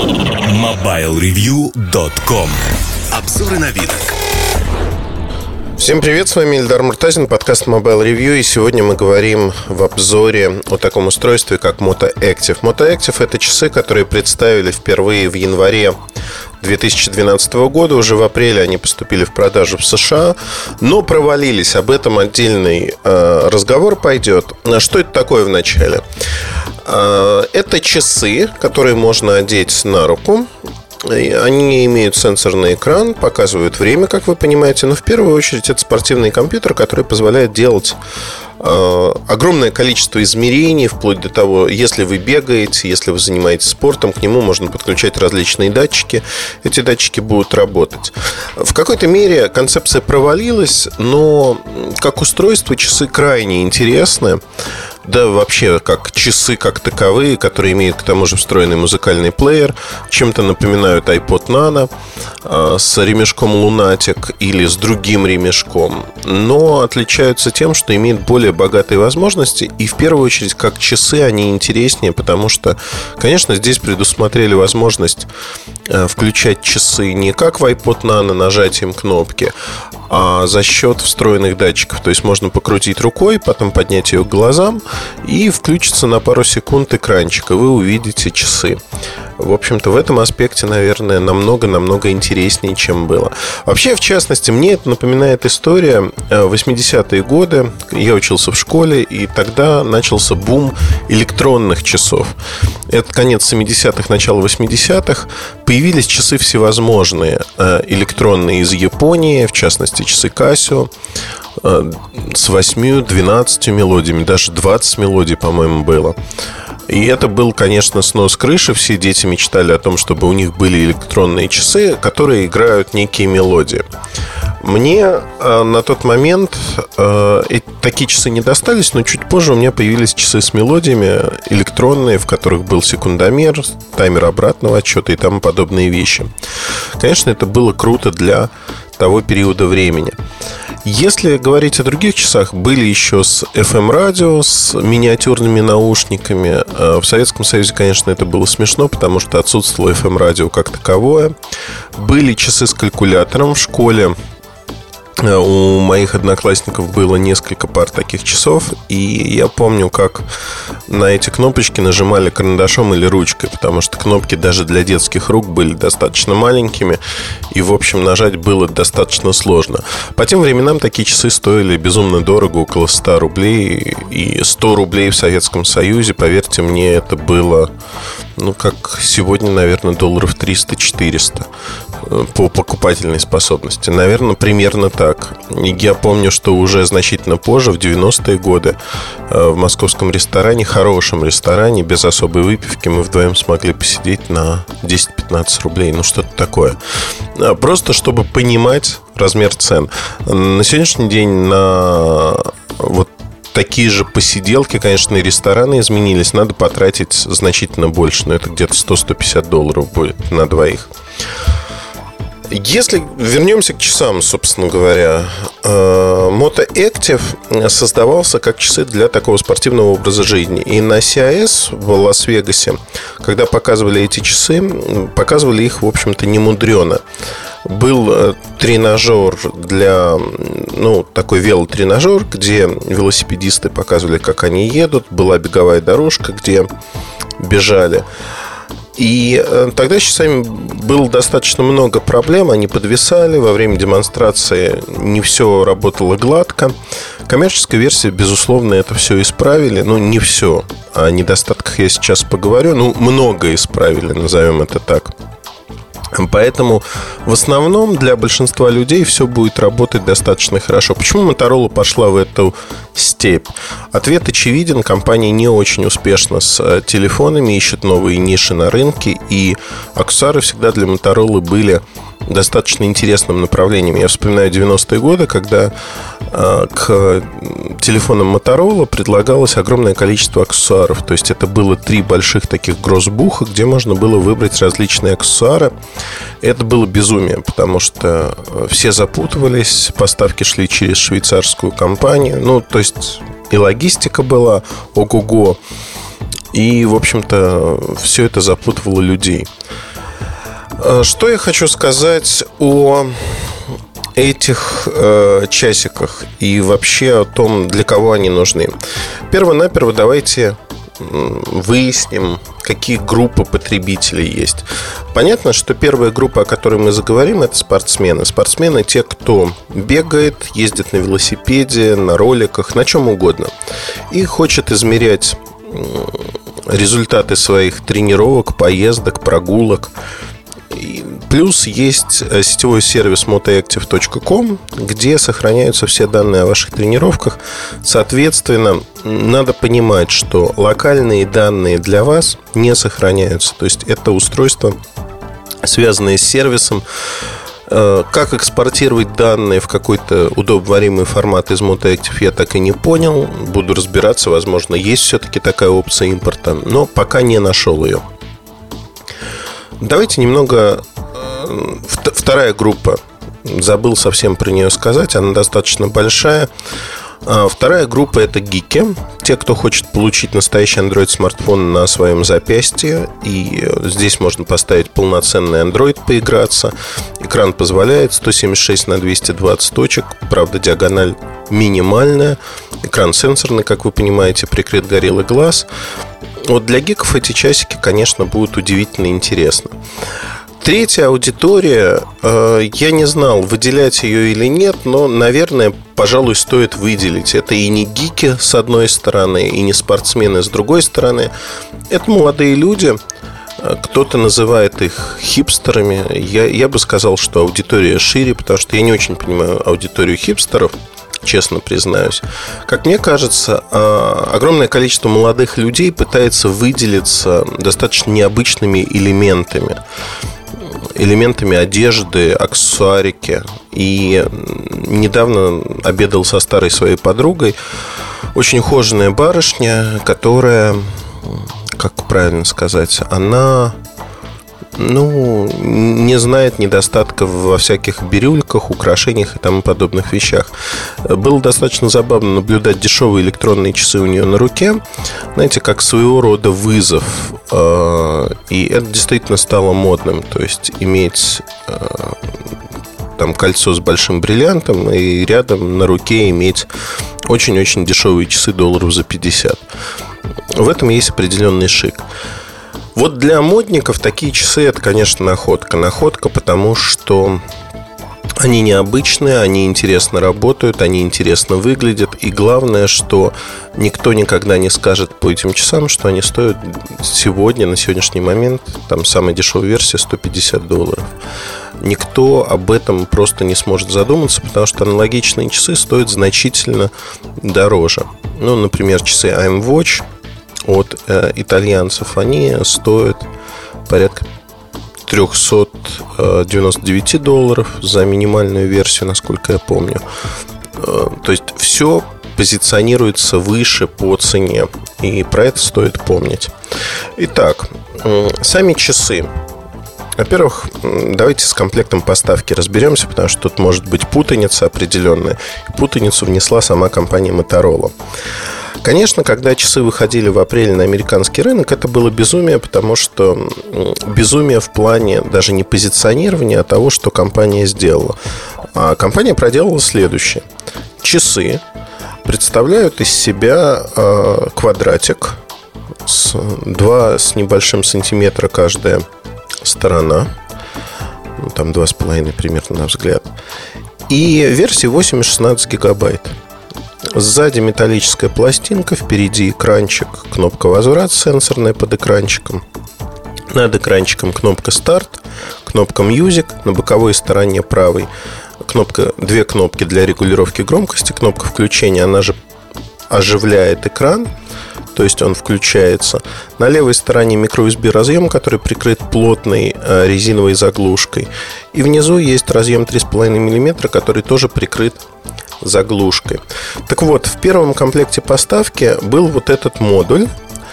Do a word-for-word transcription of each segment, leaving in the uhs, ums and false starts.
мобайл ревью точка ком. Обзоры новинок. Всем привет, с вами Эльдар Муртазин, подкаст Mobile Review. И сегодня мы говорим в обзоре о таком устройстве, как Moto Active. Moto Active — это часы, которые представили впервые в январе две тысячи двенадцатого года. Уже в апреле они поступили в продажу в США, но провалились. Об этом отдельный э, разговор пойдет. Что это такое вначале? Э, это часы, которые можно одеть на руку. Они имеют сенсорный экран, показывают время, как вы понимаете. Но в первую очередь это спортивный компьютер, который позволяет делать э, огромное количество измерений, вплоть до того, если вы бегаете, если вы занимаетесь спортом, к нему можно подключать различные датчики. Эти датчики будут работать. В какой-то мере концепция провалилась, но как устройство часы крайне интересны. Да, вообще, как часы как таковые, которые имеют к тому же встроенный музыкальный плеер, чем-то напоминают iPod Nano э, с ремешком Lunatic или с другим ремешком, но отличаются тем, что имеют более богатые возможности. И в первую очередь, как часы, они интереснее, потому что, конечно, здесь предусмотрели возможность э, включать часы не как в iPod Nano нажатием кнопки, а за счет встроенных датчиков. То есть можно покрутить рукой, потом поднять ее к глазам, и включится на пару секунд экранчик, и вы увидите часы. В общем-то, в этом аспекте, наверное, намного-намного интереснее, чем было. Вообще, в частности, мне это напоминает история восьмидесятые годы. Я учился в школе, и тогда начался бум электронных часов. Это конец семидесятых, начало восьмидесятых. Появились часы всевозможные, электронные из Японии, в частности, часы Casio, с восемью-двенадцатью мелодиями, даже двадцать мелодий, по-моему, было. И это был, конечно, снос крыши. Все дети мечтали о том, чтобы у них были электронные часы, которые играют некие мелодии. Мне э, на тот момент э, такие часы не достались, но чуть позже у меня появились часы с мелодиями электронные, в которых был секундомер, таймер обратного отсчета и тому подобные вещи. Конечно, это было круто для того периода времени. Если говорить о других часах, были еще с эф эм-радио, с миниатюрными наушниками. В Советском Союзе, конечно, это было смешно, потому что отсутствовало эф эм-радио как таковое. Были часы с калькулятором в школе. У моих одноклассников было несколько пар таких часов, и я помню, как на эти кнопочки нажимали карандашом или ручкой, потому что кнопки даже для детских рук были достаточно маленькими, и, в общем, нажать было достаточно сложно. По тем временам такие часы стоили безумно дорого, около ста рублей, и сто рублей в Советском Союзе, поверьте мне, это было, ну, как сегодня, наверное, долларов триста-четыреста по покупательной способности. Наверное, примерно так. Я помню, что уже значительно позже, в девяностые годы, в московском ресторане, хорошем ресторане, без особой выпивки, мы вдвоем смогли посидеть на десять-пятнадцать рублей. Ну, что-то такое. Просто чтобы понимать размер цен. На сегодняшний день на вот такие же посиделки, конечно, и рестораны изменились. Надо потратить значительно больше. Но это где-то сто-сто пятьдесят долларов будет на двоих. Если вернемся к часам, собственно говоря, Moto Active создавался как часы для такого спортивного образа жизни. И на си ай эс в Лас-Вегасе, когда показывали эти часы, показывали их, в общем-то, немудрено. Был тренажер для, ну, такой велотренажер, где велосипедисты показывали, как они едут. Была беговая дорожка, где бежали. И тогда с часами было достаточно много проблем. Они подвисали, во время демонстрации не все работало гладко. Коммерческая версия, безусловно, это все исправили. Ну, не все. О недостатках я сейчас поговорю. Ну, многое исправили, назовем это так. Поэтому в основном для большинства людей все будет работать достаточно хорошо. Почему Motorola пошла в эту степь? Ответ очевиден. Компания не очень успешна с телефонами, ищет новые ниши на рынке. И аксессуары всегда для Motorola были достаточно интересным направлением. Я вспоминаю девяностые годы, когда э, к телефонам Motorola предлагалось огромное количество аксессуаров. То есть это было три больших таких гроссбуха, где можно было выбрать различные аксессуары. Это было безумие, потому что все запутывались, поставки шли через швейцарскую компанию. Ну, то есть и логистика была ого-го. И, в общем-то, все это запутывало людей. Что я хочу сказать о этих э, часиках и вообще о том, для кого они нужны. Перво-наперво давайте выясним, какие группы потребителей есть. Понятно, что первая группа, о которой мы заговорим, это спортсмены. Спортсмены те, кто бегает, ездит на велосипеде, на роликах, на чем угодно, и хочет измерять результаты своих тренировок, поездок, прогулок. Плюс есть сетевой сервис motoactive точка ком, где сохраняются все данные о ваших тренировках. Соответственно, надо понимать, что локальные данные для вас не сохраняются. То есть это устройство, связанное с сервисом. Как экспортировать данные в какой-то удобоваримый формат из motoactive, я так и не понял. Буду разбираться, возможно, есть все-таки такая опция импорта, но пока не нашел ее. Давайте немного... Вторая группа. Забыл совсем про нее сказать. Она достаточно большая. Вторая группа – это гики. Те, кто хочет получить настоящий Android-смартфон на своем запястье. И здесь можно поставить полноценный Android, поиграться. Экран позволяет сто семьдесят шесть на двести двадцать точек. Правда, диагональ минимальная. Экран сенсорный, как вы понимаете, прикрыт Gorilla Glass. Вот для гиков эти часики, конечно, будут удивительно интересны. Третья аудитория, э, я не знал, выделять ее или нет, но, наверное, пожалуй, стоит выделить. Это и не гики с одной стороны, и не спортсмены с другой стороны. Это молодые люди, кто-то называет их хипстерами. Я, я бы сказал, что аудитория шире, потому что я не очень понимаю аудиторию хипстеров, честно признаюсь. Как мне кажется, огромное количество молодых людей пытается выделиться достаточно необычными элементами. Элементами одежды, аксессуарики. И недавно обедал со старой своей подругой. Очень ухоженная барышня, которая, как правильно сказать, она... Ну, не знает недостатков во всяких бирюльках, украшениях и тому подобных вещах. Было достаточно забавно наблюдать дешевые электронные часы у нее на руке. Знаете, как своего рода вызов. И это действительно стало модным. То есть иметь там кольцо с большим бриллиантом и рядом на руке иметь очень-очень дешевые часы долларов за пятьдесят. В этом есть определенный шик. Вот для модников такие часы – это, конечно, находка. Находка, потому что они необычные, они интересно работают, они интересно выглядят. И главное, что никто никогда не скажет по этим часам, что они стоят сегодня, на сегодняшний момент, там самая дешевая версия сто пятьдесят долларов. Никто об этом просто не сможет задуматься, потому что аналогичные часы стоят значительно дороже. Ну, например, часы iWatch от э, итальянцев, они стоят порядка триста девяносто девять долларов за минимальную версию, насколько я помню. э, То есть все позиционируется выше по цене, и про это стоит помнить. Итак, э, сами часы. Во-первых, давайте с комплектом поставки разберемся, потому что тут может быть путаница определенная. Путаницу внесла сама компания Motorola. Конечно, когда часы выходили в апреле на американский рынок, это было безумие, потому что безумие в плане даже не позиционирования, а того, что компания сделала. А компания проделала следующее. Часы представляют из себя квадратик с два с небольшим сантиметра каждая сторона, ну, там два с половиной примерно на взгляд, и версии восемь и шестнадцать гигабайт. Сзади металлическая пластинка, впереди экранчик, кнопка возврат сенсорная под экранчиком. Над экранчиком кнопка старт, кнопка Music, на боковой стороне правой кнопка, две кнопки для регулировки громкости. Кнопка включения, она же оживляет экран, то есть он включается. На левой стороне микро-ю эс би разъем, который прикрыт плотной резиновой заглушкой. И внизу есть разъем три с половиной миллиметра, который тоже прикрыт заглушкой. Так вот, в первом комплекте поставки был вот этот модуль.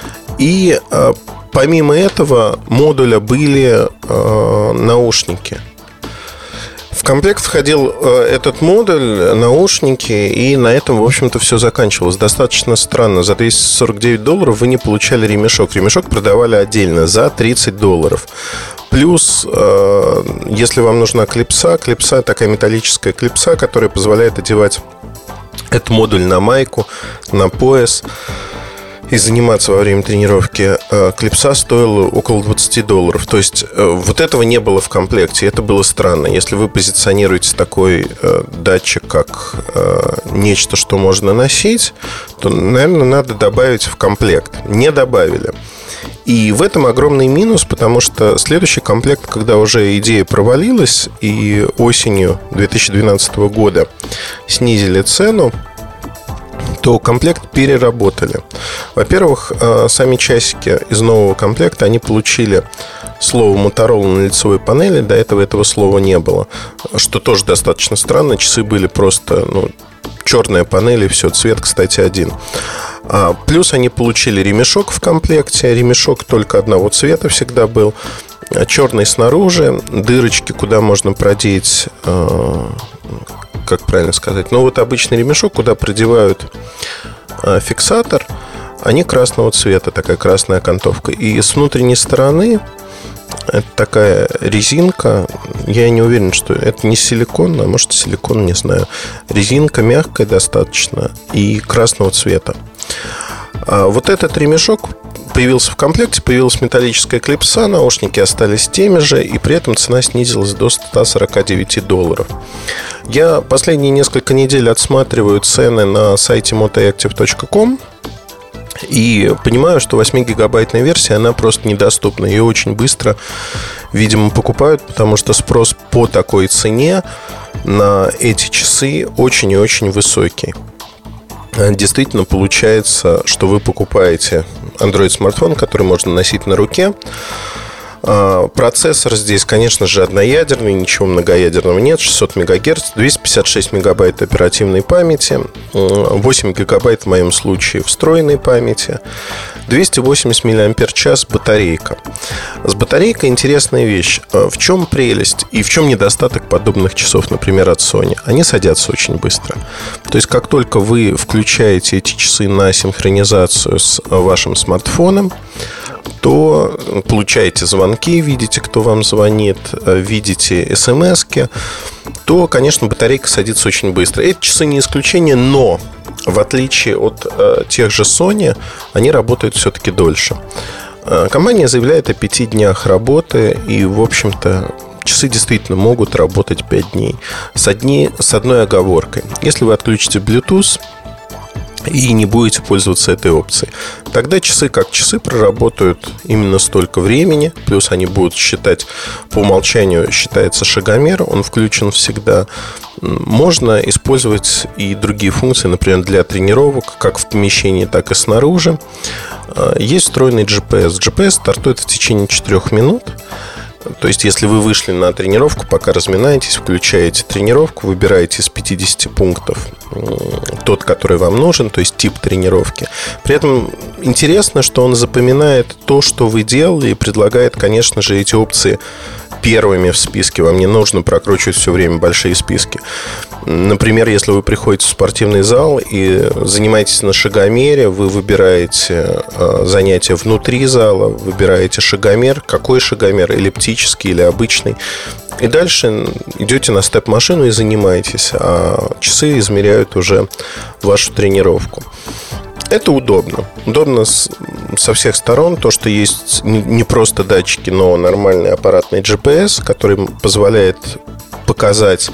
И э, помимо этого модуля были э, наушники. В комплект входил этот модуль, наушники, и на этом, в общем-то, все заканчивалось. Достаточно странно. За двести сорок девять долларов вы не получали ремешок. Ремешок продавали отдельно за тридцать долларов. Плюс, если вам нужна клипса, клипса такая металлическая клипса, которая позволяет одевать этот модуль на майку, на пояс и заниматься во время тренировки. Клипса стоила около двадцать долларов. То есть вот этого не было в комплекте. Это было странно. Если вы позиционируете такой датчик как нечто, что можно носить, то, наверное, надо добавить в комплект. Не добавили. И в этом огромный минус, потому что следующий комплект, когда уже идея провалилась и осенью две тысячи двенадцатого года снизили цену, то комплект переработали. Во-первых, сами часики из нового комплекта, они получили слово Motorola на лицевой панели. До этого этого слова не было, что тоже достаточно странно. Часы были просто, ну, черная панель и все. Цвет, кстати, один. а, Плюс они получили ремешок в комплекте. Ремешок только одного цвета всегда был. Черный снаружи, дырочки, куда можно продеть, как правильно сказать, ну вот обычный ремешок, куда продевают фиксатор, они красного цвета, такая красная окантовка. И с внутренней стороны это такая резинка. Я не уверен, что это не силикон, а может силикон, не знаю. Резинка мягкая достаточно и красного цвета. а Вот этот ремешок появился в комплекте, появилась металлическая клипса, наушники остались теми же, и при этом цена снизилась до ста сорока девяти долларов. Я последние несколько недель отсматриваю цены на сайте motoactive точка ком и понимаю, что восьмигигабайтная версия, она просто недоступна. Ее очень быстро, видимо, покупают, потому что спрос по такой цене на эти часы очень и очень высокий. Действительно получается, что вы покупаете Android-смартфон, который можно носить на руке. Процессор здесь, конечно же, одноядерный, ничего многоядерного нет. шестьсот мегагерц, двести пятьдесят шесть мегабайт оперативной памяти, восемь гигабайт в моем случае встроенной памяти, двести восемьдесят миллиампер-час батарейка. С батарейкой интересная вещь. В чем прелесть и в чем недостаток подобных часов, например, от Sony? Они садятся очень быстро. То есть, как только вы включаете эти часы на синхронизацию с вашим смартфоном, то получаете звонки, видите, кто вам звонит, видите смски, то, конечно, батарейка садится очень быстро. Эти часы не исключение, но в отличие от э, тех же Sony, они работают все-таки дольше. э, Компания заявляет о пяти днях работы, и, в общем-то, часы действительно могут работать пять дней. С, одни, с одной оговоркой. Если вы отключите Bluetooth и не будете пользоваться этой опцией, тогда часы как часы проработают именно столько времени. Плюс они будут считать, по умолчанию считается шагомер, он включен всегда. Можно использовать и другие функции, например, для тренировок, как в помещении, так и снаружи. Есть встроенный джи пи эс. джи пи эс стартует в течение четырёх минут. То есть, если вы вышли на тренировку, пока разминаетесь, включаете тренировку, выбираете из пятидесяти пунктов тот, который вам нужен, то есть тип тренировки. При этом интересно, что он запоминает то, что вы делали, и предлагает, конечно же, эти опции первыми в списке. Вам не нужно прокручивать все время большие списки. Например, если вы приходите в спортивный зал и занимаетесь на шагомере, вы выбираете занятия внутри зала, выбираете шагомер. Какой шагомер? Эллиптический или обычный? И дальше идете на степ-машину и занимаетесь, а часы измеряют уже вашу тренировку. Это удобно. Удобно с, со всех сторон. То, что есть не просто датчики, но нормальный аппаратный джи пи эс, который позволяет показать,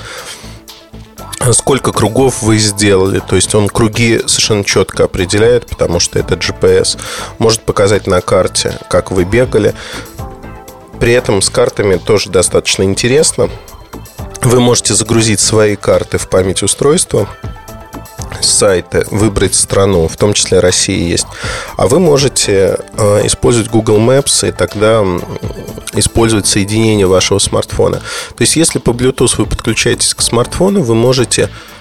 сколько кругов вы сделали. То есть он круги совершенно четко определяет, потому что это джи пи эс. Может показать на карте, как вы бегали. При этом с картами тоже достаточно интересно. Вы можете загрузить свои карты в память устройства с сайта, выбрать страну, в том числе Россия есть. А вы можете э, использовать Google Maps и тогда использовать соединение вашего смартфона. То есть, если по Bluetooth вы подключаетесь к смартфону, вы можете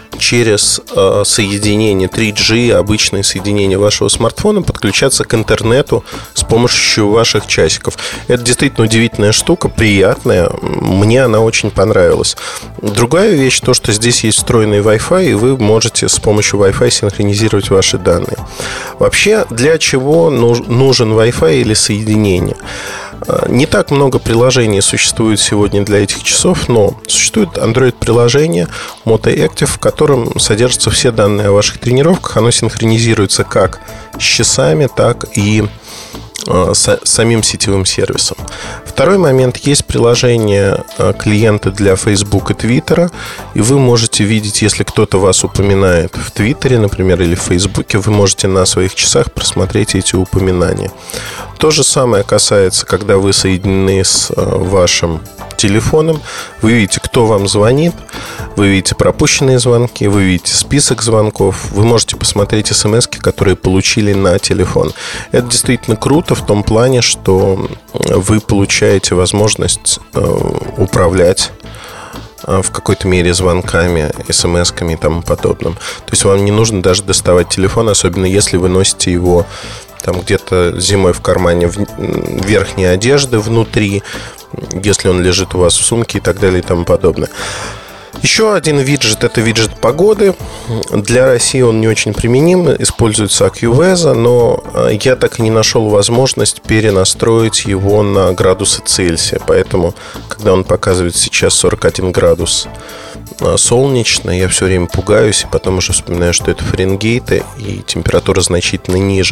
через э, соединение три джи, обычное соединение вашего смартфона, подключаться к интернету с помощью ваших часиков. Это действительно удивительная штука, приятная. Мне она очень понравилась. Другая вещь, то, что здесь есть встроенный Wi-Fi, и вы можете с помощью Wi-Fi синхронизировать ваши данные. Вообще, для чего нужен Wi-Fi или соединение? Не так много приложений существует сегодня для этих часов, но существует Android-приложение Moto Active, в котором содержатся все данные о ваших тренировках. Оно синхронизируется как с часами, так и с самим сетевым сервисом. Второй момент. Есть приложение клиенты для Facebook и Twitter, и вы можете видеть, если кто-то вас упоминает в Твиттере, например, или в Фейсбуке, вы можете на своих часах просмотреть эти упоминания. То же самое касается, когда вы соединены с вашим телефоном. Вы видите, кто вам звонит, вы видите пропущенные звонки, вы видите список звонков, вы можете посмотреть смс-ки, которые получили на телефон. Это действительно круто в том плане, что вы получаете возможность управлять в какой-то мере звонками, смс-ками и тому подобным. То есть вам не нужно даже доставать телефон, особенно если вы носите его там где-то зимой в кармане верхней одежды внутри, если он лежит у вас в сумке и так далее и тому подобное. Еще один виджет – это виджет погоды. Для России он не очень применим, используется Acuveza, но я так и не нашел возможность перенастроить его на градусы Цельсия. Поэтому, когда он показывает сейчас сорок один градус солнечно, я все время пугаюсь и потом уже вспоминаю, что это Фаренгейты и температура значительно ниже.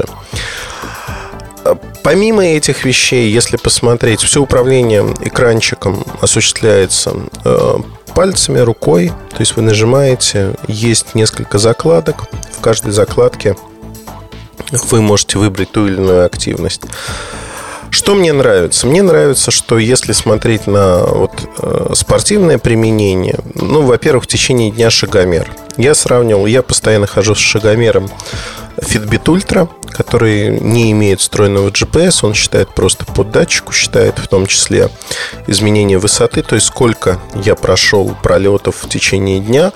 Помимо этих вещей, если посмотреть, все управление экранчиком осуществляется пальцами, рукой. То есть вы нажимаете, есть несколько закладок. В каждой закладке вы можете выбрать ту или иную активность. Что мне нравится? Мне нравится, что если смотреть на вот, э, спортивное применение, ну, во-первых, в течение дня шагомер. Я сравнивал, я постоянно хожу с шагомером Fitbit Ultra, который не имеет встроенного джи пи эс. Он считает просто по датчику, считает в том числе изменение высоты, то есть сколько я прошел пролетов в течение дня.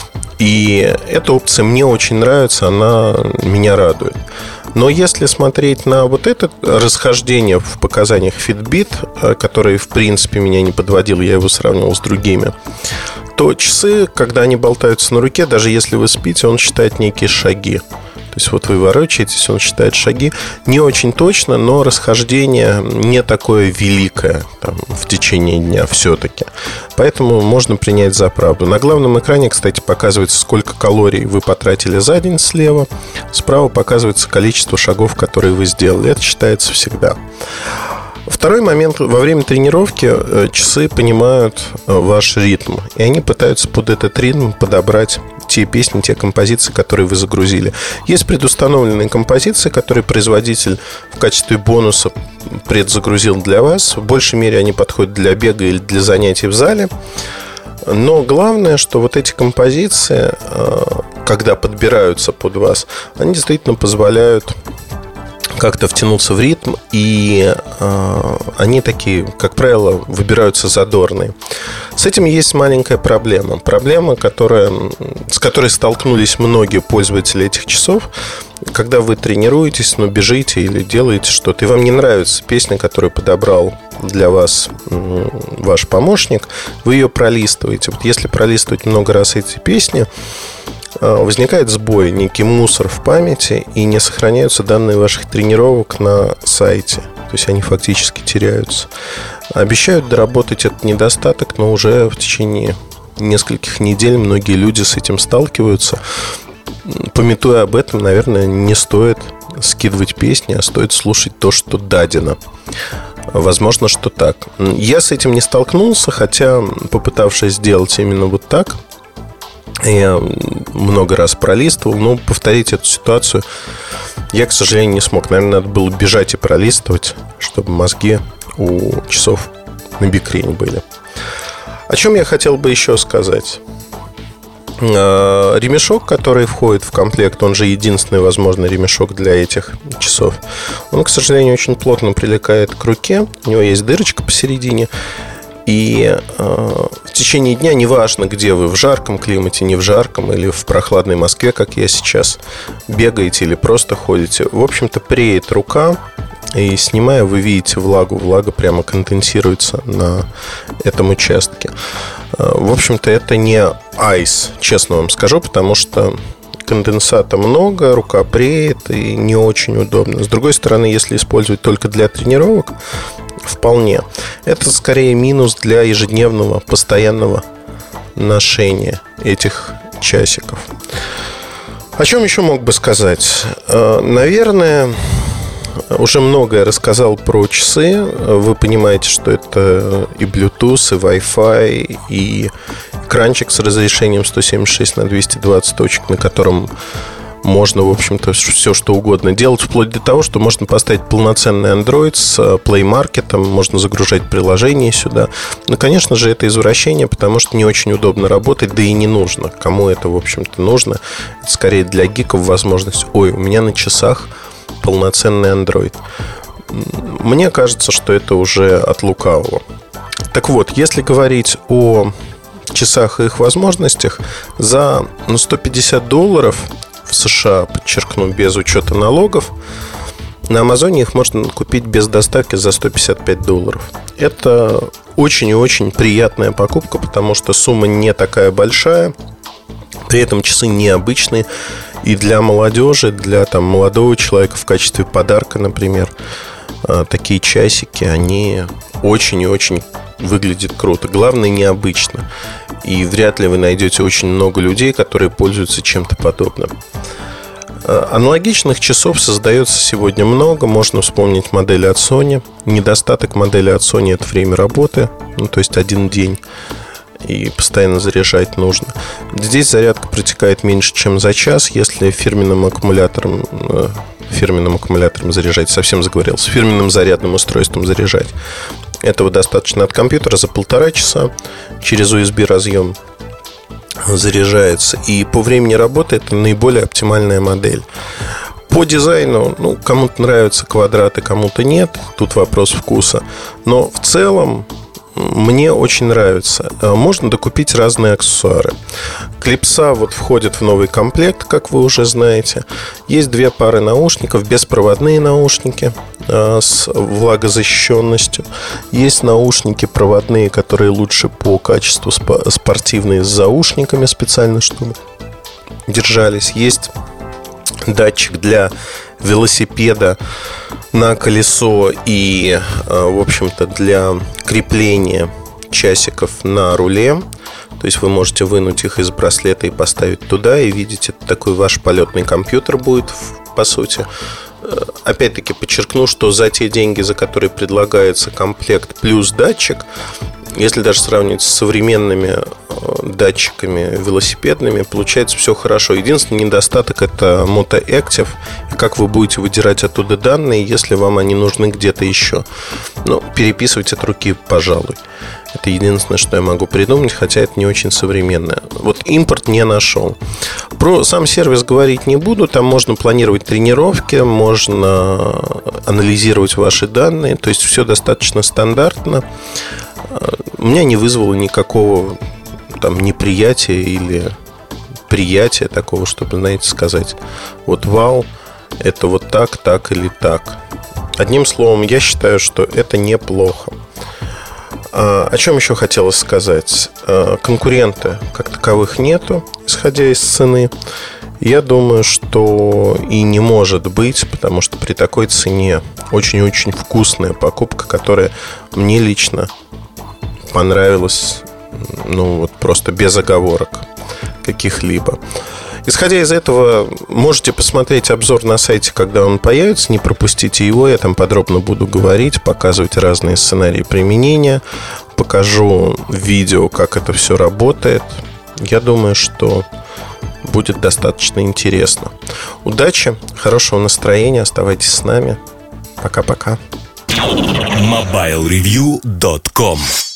И эта опция мне очень нравится, она меня радует. Но если смотреть на вот это расхождение в показаниях Fitbit, который в принципе меня не подводил, я его сравнивал с другими, то часы, когда они болтаются на руке, даже если вы спите, он считает некие шаги. То есть вот вы ворочаетесь, он считает шаги. Не очень точно, но расхождение не такое великое там, в течение дня все-таки. Поэтому можно принять за правду. На главном экране, кстати, показывается, сколько калорий вы потратили за день слева. Справа показывается количество шагов, которые вы сделали. Это считается всегда. Второй момент. Во время тренировки часы понимают ваш ритм, и они пытаются под этот ритм подобрать те песни, те композиции, которые вы загрузили. Есть предустановленные композиции, которые производитель в качестве бонуса предзагрузил для вас. В большей мере они подходят для бега или для занятий в зале. Но главное, что вот эти композиции, когда подбираются под вас, они действительно позволяют как-то втянуться в ритм, и э, они такие, как правило, выбираются задорные. С этим есть маленькая проблема. Проблема, которая, с которой столкнулись многие пользователи этих часов. Когда вы тренируетесь, ну, бежите или делаете что-то, и вам не нравится песня, которую подобрал для вас э, ваш помощник, вы ее пролистываете. Вот если пролистывать много раз эти песни, возникает сбой, некий мусор в памяти, и не сохраняются данные ваших тренировок на сайте. То есть они фактически теряются. Обещают доработать этот недостаток, но уже в течение нескольких недель многие люди с этим сталкиваются. Памятуя об этом, наверное, не стоит скидывать песни, а стоит слушать то, что дадено. Возможно, что так. Я с этим не столкнулся, хотя, попытавшись сделать именно вот так, я много раз пролистывал, но повторить эту ситуацию я, к сожалению, не смог. Наверное, надо было бежать и пролистывать, чтобы мозги у часов на бикрень были. О чем я хотел бы еще сказать? Ремешок, который входит в комплект, он же единственный возможный ремешок для этих часов, он, к сожалению, очень плотно прилегает к руке. У него есть дырочка посередине. И э, в течение дня, неважно, где вы, в жарком климате, не в жарком, или в прохладной Москве, как я сейчас, бегаете или просто ходите, в общем-то, преет рука. И снимая, вы видите влагу. Влага прямо конденсируется на этом участке. В общем-то, это не айс, честно вам скажу, потому что конденсата много, рука преет и не очень удобно. С другой стороны, если использовать только для тренировок, вполне. Это скорее минус для ежедневного, постоянного ношения этих часиков. О чем еще мог бы сказать? Наверное, уже многое рассказал про часы. Вы понимаете, что это и Bluetooth, и Wi-Fi, и экранчик с разрешением сто семьдесят шесть на двести двадцать точек, на котором можно, в общем-то, все что угодно делать, вплоть до того, что можно поставить полноценный Android с Play Market, можно загружать приложение сюда. Но, конечно же, это извращение, потому что не очень удобно работать, да и не нужно. Кому это, в общем-то, нужно? Это скорее для гиков возможность. Ой, у меня на часах полноценный Android. Мне кажется, что это уже от лукавого. Так вот, если говорить о часах и их возможностях, за ну, сто пятьдесят долларов в США, подчеркну, без учета налогов, на Амазоне их можно купить без доставки за сто пятьдесят пять долларов. Это очень и очень приятная покупка, потому что сумма не такая большая. При этом часы необычные. И для молодежи, для там, молодого человека в качестве подарка, например, такие часики, они очень и очень выглядят круто. Главное, необычно. И вряд ли вы найдете очень много людей, которые пользуются чем-то подобным. Аналогичных часов создается сегодня много. Можно вспомнить модели от Sony. Недостаток модели от Sony – это время работы. Ну, то есть один день. И постоянно заряжать нужно. Здесь зарядка протекает меньше, чем за час. Если фирменным аккумулятором Фирменным аккумулятором заряжать, совсем заговорился, фирменным зарядным устройством заряжать, этого достаточно от компьютера. За полтора часа через ю эс би разъем заряжается. И по времени работы это наиболее оптимальная модель. По дизайну, ну, кому-то нравятся квадраты, кому-то нет. Тут вопрос вкуса. Но в целом мне очень нравится. Можно докупить разные аксессуары. Клипса вот входит в новый комплект, как вы уже знаете. Есть две пары наушников, беспроводные наушники э, с влагозащищенностью. Есть наушники проводные, которые лучше по качеству, спортивные, с заушниками специально, чтобы держались. Есть датчик для велосипеда на колесо и, в общем-то, для крепления часиков на руле. То есть вы можете вынуть их из браслета и поставить туда, и видите, такой ваш полетный компьютер будет, по сути. Опять-таки подчеркну, что за те деньги, за которые предлагается комплект плюс датчик, если даже сравнивать с современными датчиками велосипедными, получается все хорошо. Единственный недостаток — это Moto Active, и как вы будете выдирать оттуда данные, если вам они нужны где-то еще. Ну, переписывать от руки, пожалуй. Это единственное, что я могу придумать, хотя это не очень современное. Вот импорт не нашел. Про сам сервис говорить не буду. Там можно планировать тренировки, можно анализировать ваши данные. То есть все достаточно стандартно. У меня не вызвало никакого там неприятия или приятия такого, чтобы, знаете, сказать: вот вау, это вот так, так или так. Одним словом, я считаю, что это неплохо. А, о чем еще хотелось сказать? А, конкурента как таковых нету, исходя из цены. Я думаю, что и не может быть, потому что при такой цене очень-очень вкусная покупка, которая мне лично понравилась, ну вот просто без оговорок каких-либо. Исходя из этого, можете посмотреть обзор на сайте, когда он появится. Не пропустите его, я там подробно буду говорить, показывать разные сценарии применения. Покажу видео, как это все работает. Я думаю, что будет достаточно интересно. Удачи, хорошего настроения, оставайтесь с нами. Пока-пока. мобайл ревью точка ком